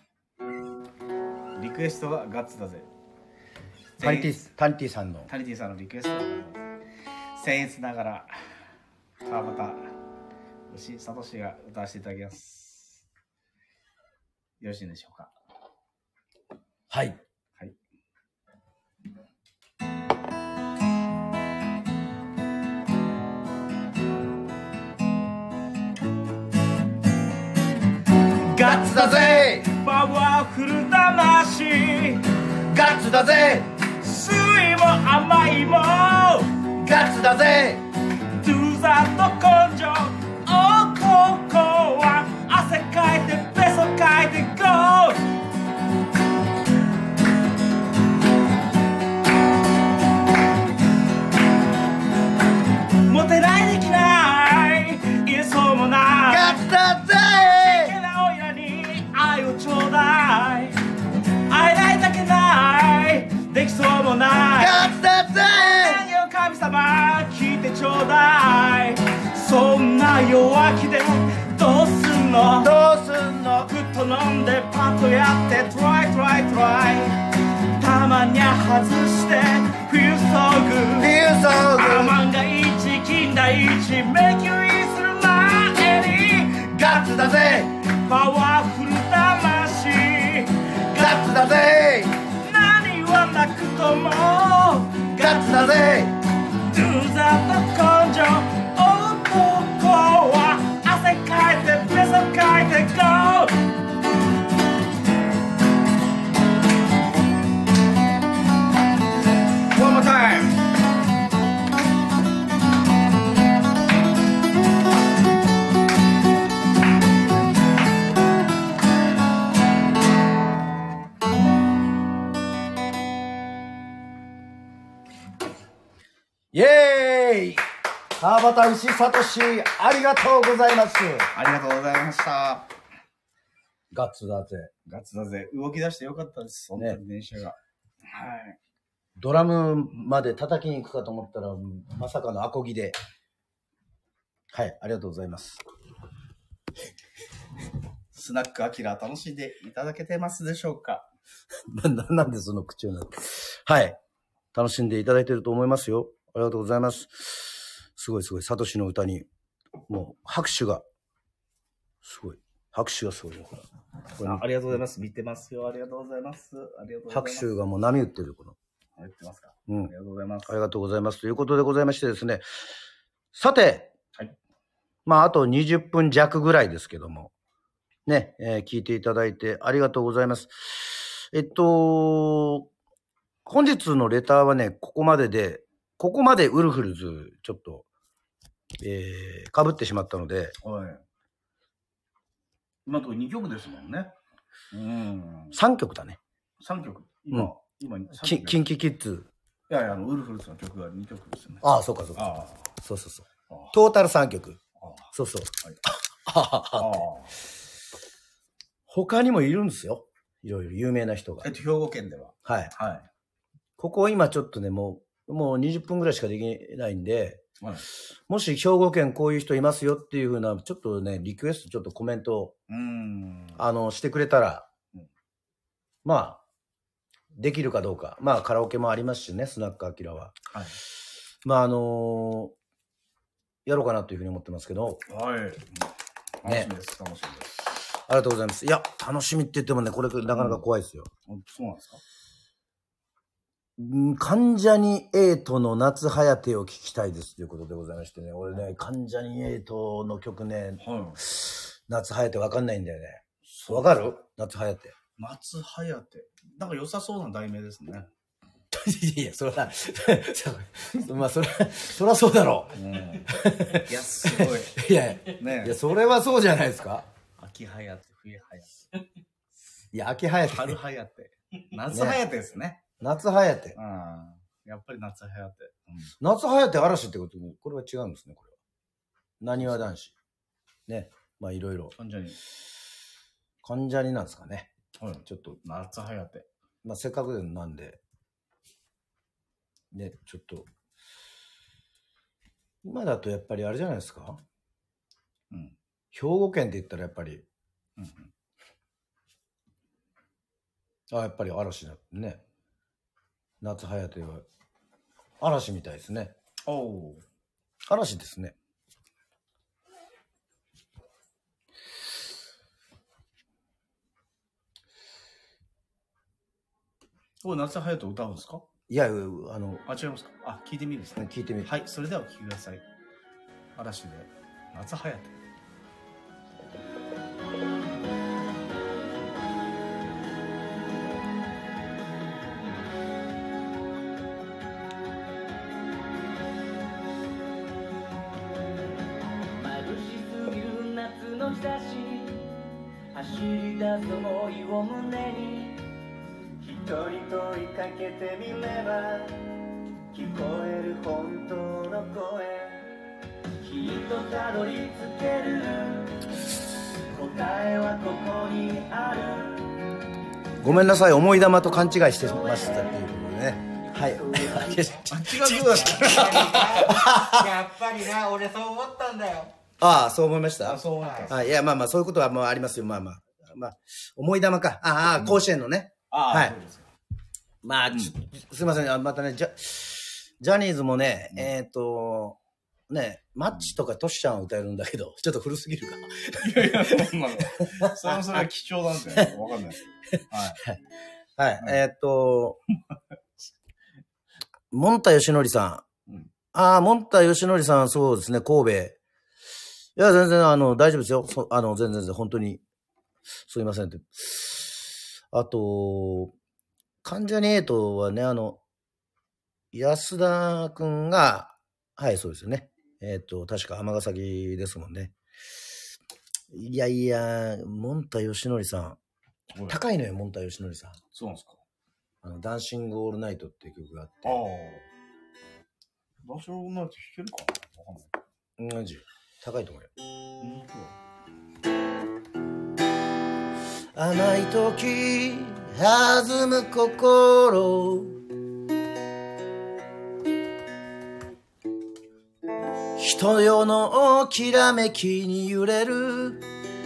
リクエストはガッツだぜ。 タニティさんのリクエストは僭越ながら川端牛聡が歌わせていただきます。よろしいでしょうか。 はい。 はい。 ガッツだぜパワフル魂ガッツだぜ酸いも甘いもガッツだぜトゥーザと根性男は汗かいてペソかいてゴーモテないできない言えそうもないガッツだぜちけなおいらに愛をちょうだい会えないだけないできそうもないガッツだぜ何よ神様聞いてちょうだいそんな弱気でどうすんのふっと飲んでパッとやってトライたまにゃ外して Feel so good 万が一金田一迷宮入りする前にガッツだぜパワフル魂ガッツだぜ何はなくともガッツだぜ Do that 根性男は汗かいてペソかいて Go One more time イエーイ川端牛聡ありがとうございます。 ありがとうございました。 ガッツだぜ。 ガッツだぜ。動き出してよかったです。本当に電車が。はい。 ドラムまで叩きに行くかと思ったら、まさかのアコギで。はい、ありがとうございます。 スナックアキラ楽しんでいただけてますでしょうか？ なんでその口をなって。はい。楽しんでいただいていると思いますよ。ありがとうございます。すごいすごい。サトシの歌に、もう拍手が、すごい。拍手がすごいよ。 ありがとうございます。見てますよ。ありがとうございます。ありがとうございます。 拍手がもう波打ってる。 言ってますか？ うん。 ありがとうございます。 ありがとうございます。ということでございましてですね。さて、 はい。 まあ、あと20分弱ぐらいですけども、ね、聞いていただいてありがとうございます。本日のレターはね、ここまでウルフルズ、ちょっと、被ってしまったので。 はい。今のところ2曲ですもんね。 3曲だね。 3曲。今キンキキッズ。 いやいや、ウルフルズの曲が2曲ですよね。 ああ、そうかそうか。そう。トータル3曲。そう。はい、他にもいるんですよ。いろいろ有名な人が。 兵庫県では。 はい。はい。ここ今ちょっとね、もう20分ぐらいしかできないんで、はい、もし兵庫県こういう人いますよっていう風な、ちょっとね、リクエスト、ちょっとコメントを、してくれたら、まあ、できるかどうか。まあ、カラオケもありますしね、スナックアキラは。はい。まあ、やろうかなというふうに思ってますけど。 はい。楽しみです。楽しみです。 ありがとうございます。いや、楽しみって言ってもね、これなかなか怖いですよ。 そうなんですか？ 関ジャニ∞の夏はやてを聞きたいですということでございましてね。俺ね、関ジャニ∞の曲ね、夏はやてわかんないんだよね。わかる？夏はやて。 夏はやて。なんか良さそうな題名ですね。 いや、それは、まあ、そらそうだろう。 いや、すごい。 いや、それはそうじゃないですか。 秋はやて、冬はやて。 いや、秋はやて。 春はやて。夏はやてですね。 夏はやて。 やっぱり夏はやて。 夏はやて嵐ってことに、これは違うんですね、これは。なにわ男子。ね。まあ、いろいろ。関ジャニなんですかね。ちょっと。 夏はやて。 まあ、せっかくなんで、ね、ちょっと。今だとやっぱりあれじゃないですか。兵庫県って言ったらやっぱり。やっぱり嵐だね。夏はやては。嵐みたいですね。嵐ですね。 夏はやて歌うんですか？ いや、違いますか？聞いてみるですね。 聞いてみる。 はい、それではお聴きください。嵐で、夏はやて。 眩しすぎる夏の日差し、走り出す想いを胸に、一人問いかけてみれば聞こえる本当の声、きっとたどり着ける答えはここにある。 ごめんなさい、思い玉と勘違いしてましたっていうことでね。はい。 違うだったやっぱりな、俺そう思ったんだよ。 ああ、そう思いました。 そう思った。 いや、まあまあ、そういうことはもうありますよ。まあ、思い玉か。甲子園のね。はい。まあ、すいません。またね、ジャニーズもね、ね、マッチとかトシちゃんは歌えるんだけど、ちょっと古すぎるか。 いや、そんなの。それは貴重なんだよ。わかんない。 はい。モンタヨシノリさん。モンタヨシノリさん、そうですね、神戸。いや、全然、大丈夫ですよ。全然、本当に、すいませんって。あと、関ジャニ∞はね、安田くんが、はい、そうですよね。確か尼崎ですもんね。いや、モンタヨシノリさん。高いのよ、モンタヨシノリさん。 そうなんですか。 ダンシングオールナイトっていう曲があって。 ダンシングオールナイト弾けるかな？わかんない。 マジ高いと思うよ。甘い時弾む心人よのきらめきに揺れる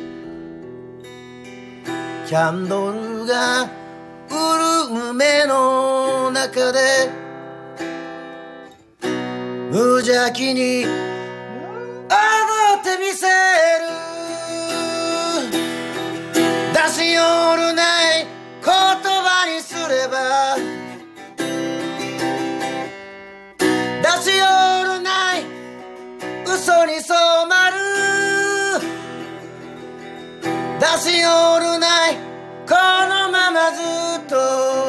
キャンドルが潤む目の中で無邪気に踊ってみせる出しよるない言葉にすれば出しよるない嘘に染まる出しよるないこのままずっと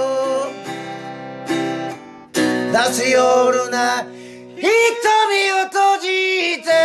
出しよるない瞳を閉じて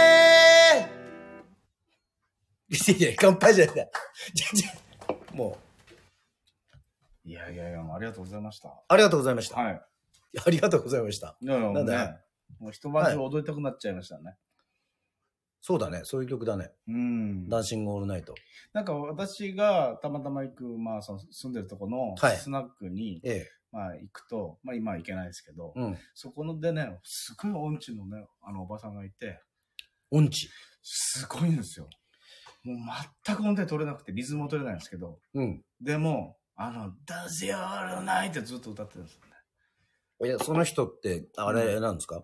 いや乾杯じゃないもいや、ありがとうございました。 ありがとうございました。 はい。 ありがとうございました。 いやなんだね、もう一晩中踊りたくなっちゃいましたね。 そうだね、そういう曲だね。ダンシングオールナイト。 なんか私がたまたま行く、まあその住んでるとこのスナックに、まあ行くと、まあ今は行けないですけど、そこのでね、すごい音痴のね、おばさんがいて。 音痴？ すごいんですよ。もう全く音程取れなくて、リズムも取れないんですけど、でも、ダンスヨールナイトってずっと歌ってるんですよね。 いや、その人って、あれなんですか？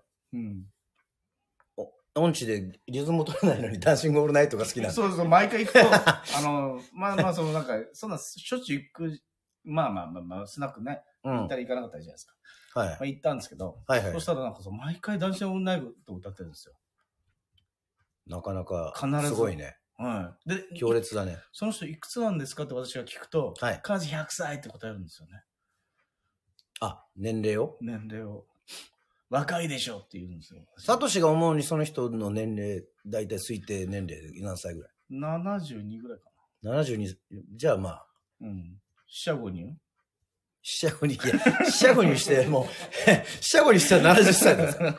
音痴でリズムも取れないのにダンシングオールナイトが好きなんです。 そうそう、毎回行くと、まあ、そのなんか、そんなしょっちゅう行く、まあ、スナックね、行ったり行かなかったりじゃないですか。はい。まあ、行ったんですけど、そしたらなんか毎回ダンシングオールナイト歌ってるんですよ。なかなか、すごいね。はい。で、強烈だね。その人いくつなんですかって私が聞くと、はい。彼女100歳って答えるんですよね。あ、年齢を？年齢を。若いでしょって言うんですよ。サトシが思うにその人の年齢、だいたい推定年齢何歳ぐらい？ 72 ぐらいかな。72、じゃあまあ。四捨五入？四捨五入、いや、四捨五入して、もう、四捨五入したら70歳なんですか？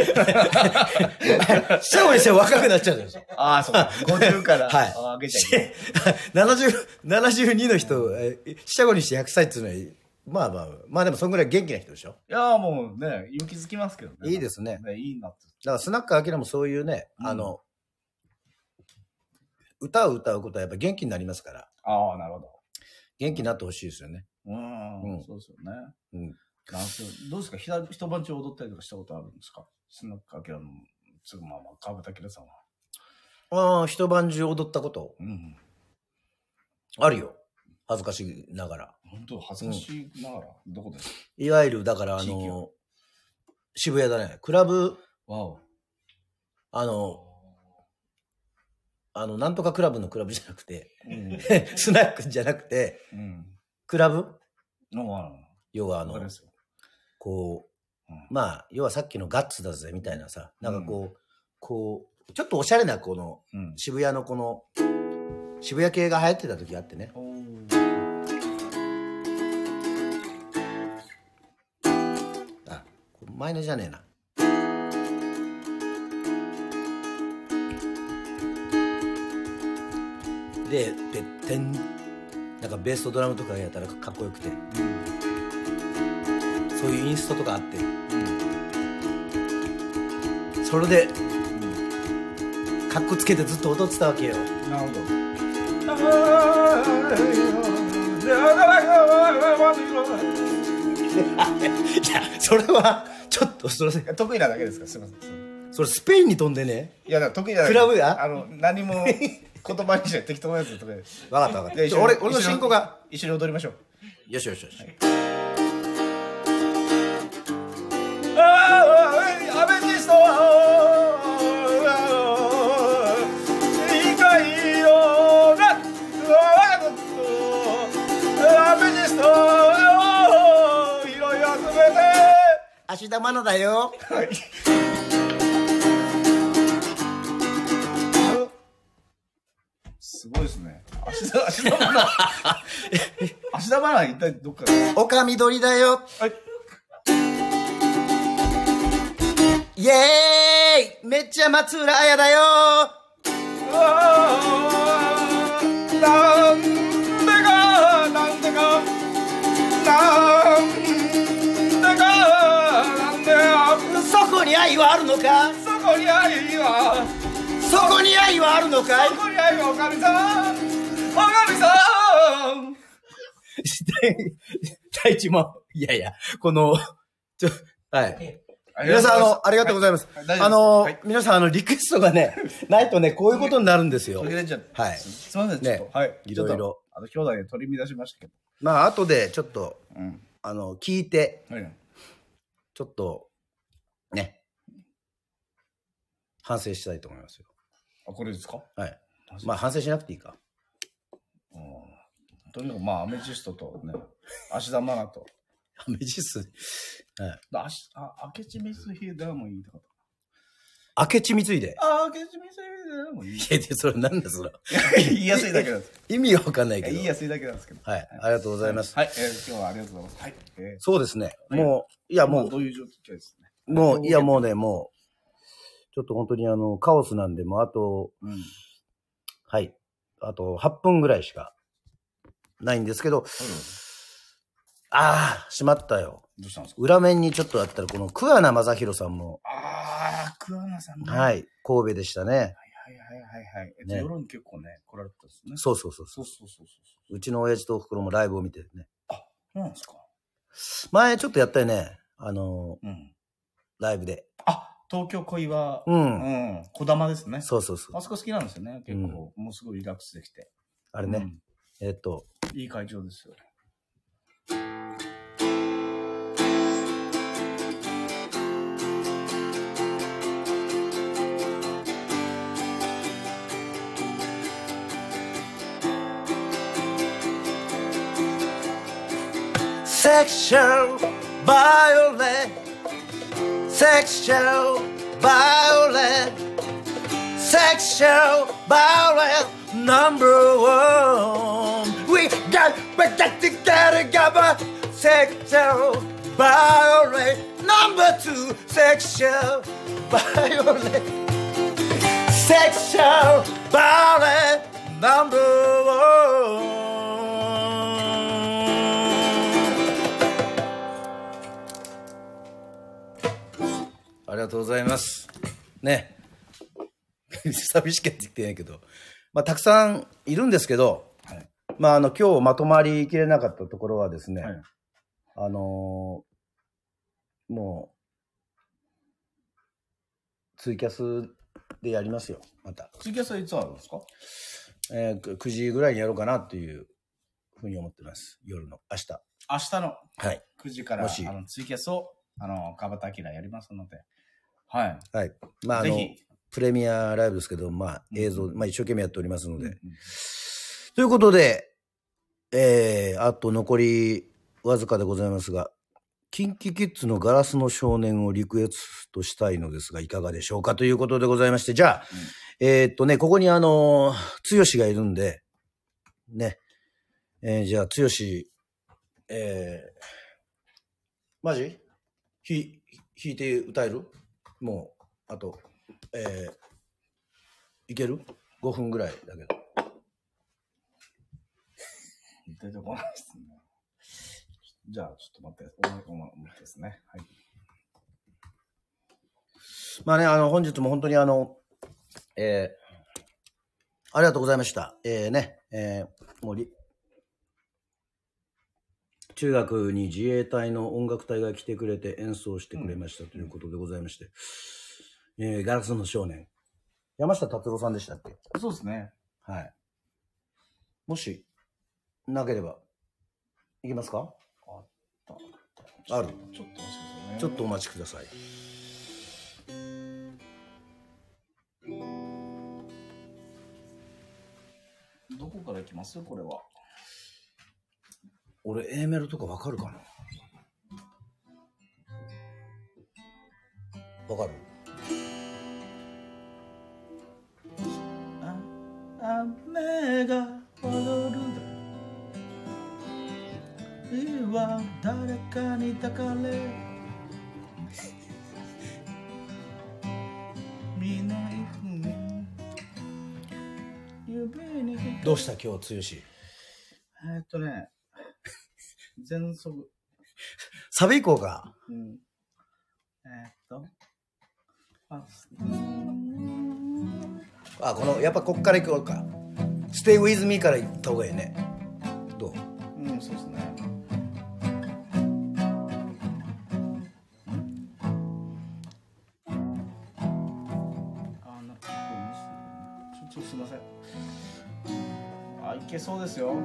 四捨五入して若くなっちゃうんですよ。ああ、そうか。50から。はい。上げちゃう。72の人、四捨五入して100歳っていうのは、まあでもそんぐらい元気な人でしょ？いやもうね、勇気づきますけどね。いいですね。いいなって。だからスナックアキラもそういうね、歌を歌うことはやっぱ元気になりますから。ああ、なるほど。元気になってほしいですよね。そうですよね。どうですか？一晩中踊ったりとかしたことあるんですか？スナックアキラの、川端明さんは。一晩中踊ったこと？あるよ。恥ずかしながら。本当恥ずかしながら、どこですか？いわゆる、だから、渋谷だね。クラブ、なんとかクラブのクラブじゃなくて、スナックじゃなくて、クラブ？要はこう、まあ、要はさっきのガッツだぜ、みたいなさ、なんかこう、ちょっとおしゃれなこの、渋谷のこの、渋谷系が流行ってた時あってね。マイナーじゃねえな。で、ぺってん、なんかベースとドラムとかやったらかっこよくて、そういうインストとかあって、それで、かっこつけてずっと踊ってたわけよ。なるほど。いや、それはちょっとそれ得意なだけですか？すみません。それスペインに飛んでね。いや、だから得意なだけ。クラブが何も言葉にしない適当なやつとかで。分かった分かった。俺の進行が一緒に踊りましょう。よしよしよし。アベニストいいかいよなアベニスト芦田愛菜だよ。はい。すごいですね。芦田愛菜。芦田愛菜一体どっから？岡緑だよ。はい。イエーイ！めっちゃ松浦綾だよ。なんでかなんでかそこに愛はあるのか？そこに愛るのかい？ そこにあるおかみさん。おかみさん。 第一問。いやいや、この、はい。皆さん、ありがとうございます。皆さん、リクエストがね、ないとね、こういうことになるんですよ。 途切れちゃって。 はい。 すみません、ちょっと。はい。 いろいろ。 兄弟で取り乱しましたけど。 まあ、後でちょっと、聞いて、ちょっと、ね、反省したいと思いますよ。 あ、これですか？ はい。まあ、反省しなくていいか。 とにかく、まあ、アメジストとね、芦田愛菜と。 アメジスト。はい。 明智光秀でもいいとか。 明智光秀。 明智光秀でもいい。 いや、それなんだそれ。 言いやすいだけなんです。 意味がわかんないけど。 言いやすいだけなんですけど。 はい。ありがとうございます。 はい。今日はありがとうございます。はい。 そうですね。もう、いや、もう。 どういう状況ですね。 もう、いや、もうね、もう、ちょっと本当にカオスなんで、もうあと、はい。あと8分ぐらいしかないんですけど、しまったよ。 どうしたんですか？ 裏面にちょっとあったら、この桑名正宏さんも。 桑名さんね。 はい。神戸でしたね。 はい。夜に結構ね、来られてたんですね。 そう。うちの親父とおふくろもライブを見てね。 そうなんですか？ 前ちょっとやったよね。ライブで。 東京恋は、小玉ですね。 そう。 あそこ好きなんですよね。結構、もうすごいリラックスできて。 あれね。 いい会場ですよ。 Sexual violence, sexual violence, sexual violence, number one. We got together, sexual violence, number two, sexual violence, sexual violence, number one.ありがとうございます。ね。寂しくって言ってないけど。まあ、たくさんいるんですけど、まあ、今日まとまりきれなかったところはですね、もう、ツイキャスでやりますよ、また。 ツイキャスはいつあるんですか ？9時ぐらいにやろうかなっていうふうに思ってます。夜の、明日の9時から、 ツイキャスを、川端明やりますので、はい。 まあ、 ぜひ。 プレミアライブですけど、まあ、映像、まあ、一生懸命やっておりますので。ということで、あと残りわずかでございますが、キンキキッズのガラスの少年をリクエストしたいのですが、いかがでしょうかということでございまして、じゃあ、ここに剛がいるんで、ね、じゃあ、剛、マジ？弾いて歌える？もう、あと、いける？ 5 分ぐらいだけど。 出てこないですね。じゃあ、ちょっと待ってですね。はい。 まあね、本日も本当にありがとうございました。もう中学に自衛隊の音楽隊が来てくれて演奏してくれましたということでございまして、ガラスの少年。山下達郎さんでしたっけ？ そうですね。 はい。もし、なければ、いけますか？ある。ちょっとお待ちください。 どこから行きますこれは。 俺 A メロとかわかるかな？わかる？ 雨が踊るだは誰かに抱かれ見ないふうにどうした今日剛？ 全速サビ行こうか。 あ、やっぱこっから行こうか。Stay with me から行った方がいいね。どう？ うん、そうですね。ちょっとすいません。あ、いけそうですよ。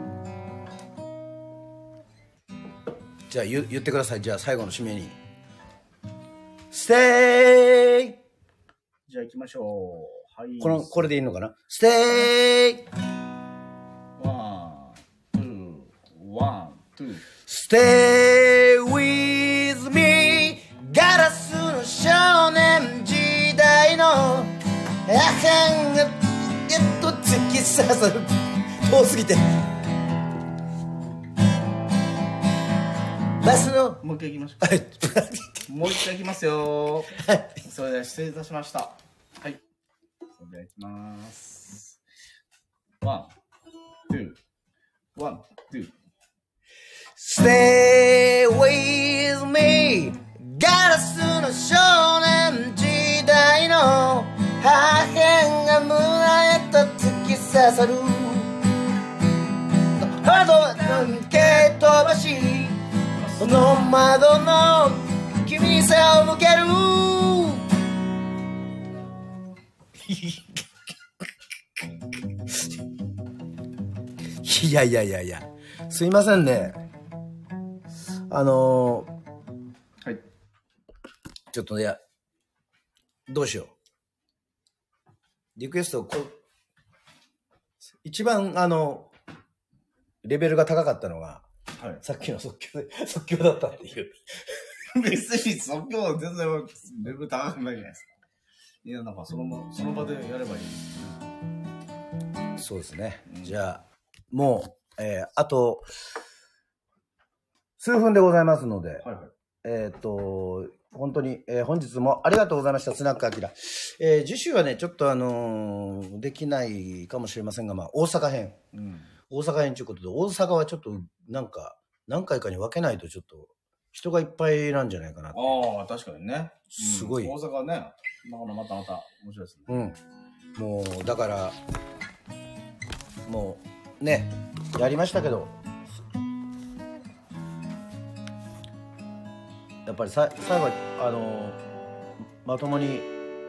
じゃあ言ってください。じゃあ最後の締めに。Stay。 じゃあ行きましょう。はい。 これでいいのかな？ Stay。 ワン、ツー。 Stay with me。ガラスの少年時代の破片が突き刺さる。遠すぎて。バスのもう一回行きましょう。 はいもう一回行きますよ。 はい。 それでは失礼いたしました。はい。それでは行きます。ワン、ツー。ワン、ツー。 Stay with me。ガラスの少年時代の破片が胸へと突き刺さる。窓の蹴飛ばし、この窓の君に背を向ける。いやいやいやいや、すいませんね。 はい。 ちょっとね、どうしよう。リクエスト一番レベルが高かったのが、 はい、 さっきの即興だったっていう。 別に即興は全然レベル高くないじゃないですか。いや、なんかその場でやればいいですね。 そうですね。じゃあ、もう、あと、数分でございますので、はいはい、本当に、本日もありがとうございました、スナックアキラ。次週はね、ちょっとできないかもしれませんが、まあ、大阪編。大阪編ということで、大阪はちょっと、なんか、何回かに分けないとちょっと、人がいっぱいなんじゃないかなって。 ああ、確かにね。 すごい。 大阪はね、また面白いですね。もう、だから、もう、ね、やりましたけど、やっぱり最後はまともに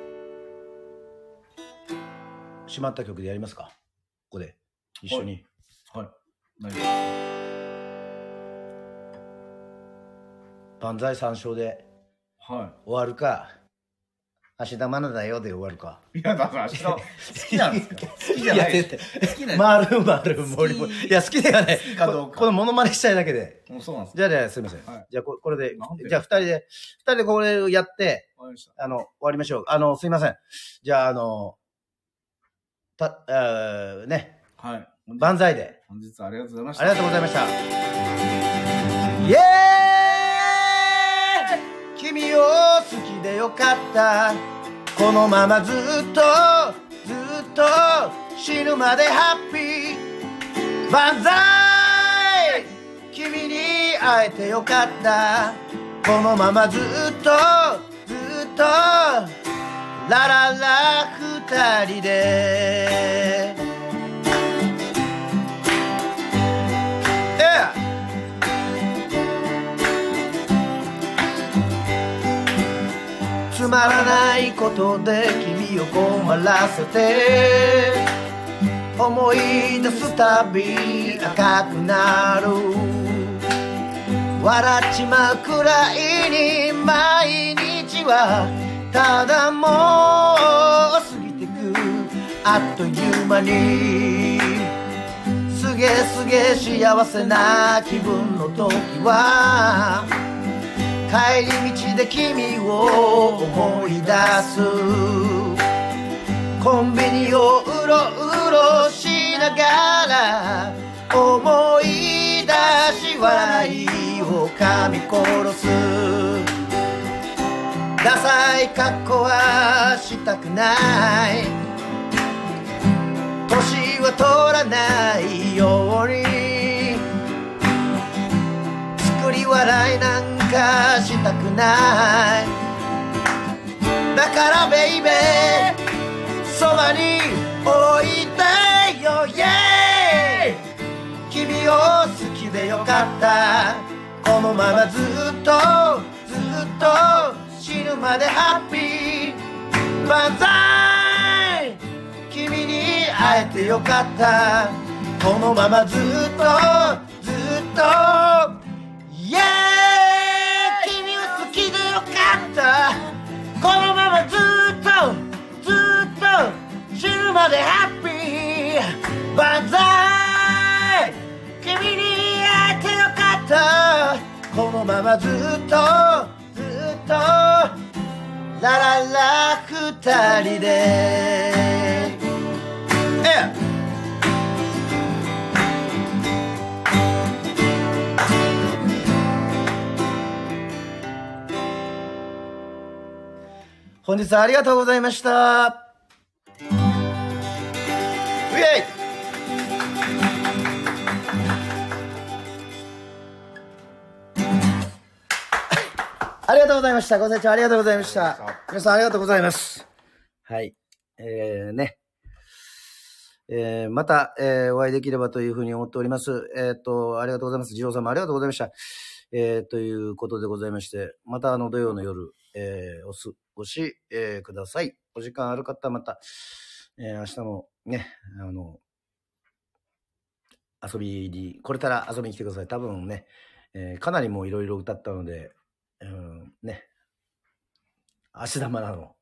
締まった曲でやりますか。ここで一緒に。 はい。何？ 万歳三唱で終わるか。明日まだだよで終わるか。 いや、だから明日好きなんですか？好きじゃない。好きな丸いや、好きではない。このモノマネしたいだけで。 そうなんです。 じゃあすみません。じゃあこれで、じゃあ二人でこれをやって、終わりましょう。すいません。じゃあね。 はい。 万歳で。 本日はありがとうございました。 ありがとうございました。イエーイ！君を好きでよかった。このままずっと死ぬまでハッピー。万歳！君に会えてよかった。このままずっとラララ二人で。つまらないことで君を困らせて、思い出すたび赤くなる。笑っちまうくらいに毎日はただもう過ぎてく。あっという間にすげ幸せな気分の時は帰り道で君を思い出す。コンビニをうろしながら思い出し笑いを噛み殺す。ダサい格好はしたくない。年は取らないように作り笑いなんかしたくない。だからベイベーそばにおいでよイエーイ君を好きでよかったこのままずっと死ぬまでハッピー万歳君に会えてよかったこのままずっとイエーイ君を好きでよかったこのままずっと死ぬまでハッピー万歳君に会えてよかったこのままずっとラララ二人で本日はありがとうございました。イエイありがとうございました。ご清聴ありがとうございました。皆さんありがとうございます。はい。また、お会いできればというふうに思っております。ありがとうございます。次郎さんもありがとうございました。ということでございまして、また土曜の夜、お過ごし、ください。お時間ある方はまた、明日もね、遊びに、これから遊びに来てください。多分ね、かなりもういろいろ歌ったので、ね、芦田愛菜の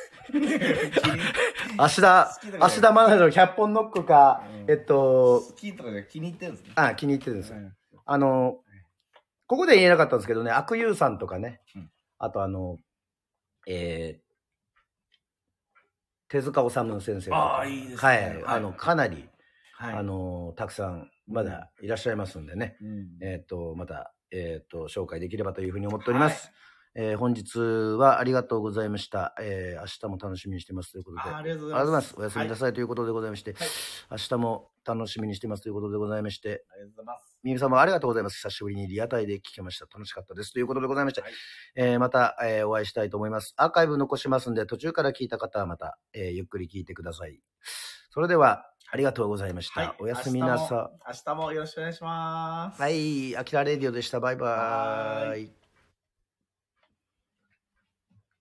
芦田愛菜の100本ノックか、 好きとかで気に入ってるんですね。 気に入ってるんです。ここで言えなかったんですけどね、悪友さんとかね、あと手塚治虫先生とか、 いいですね。 はい、かなり、 はい、 たくさんまだいらっしゃいますんでね、また、紹介できればというふうに思っております。本日はありがとうございました。明日も楽しみにしてますということで。 ありがとうございます。おやすみなさいということでございまして、明日も楽しみにしてますということでございまして、 ありがとうございます。 みゆさんもありがとうございます。久しぶりにリアタイで聞けました。楽しかったですということでございまして、また、お会いしたいと思います。アーカイブ残しますんで、途中から聞いた方はまた、ゆっくり聞いてください。それでは、ありがとうございました。おやすみなさい。 明日もよろしくお願いします。 はい、アキラレディオでした。バイバーイ。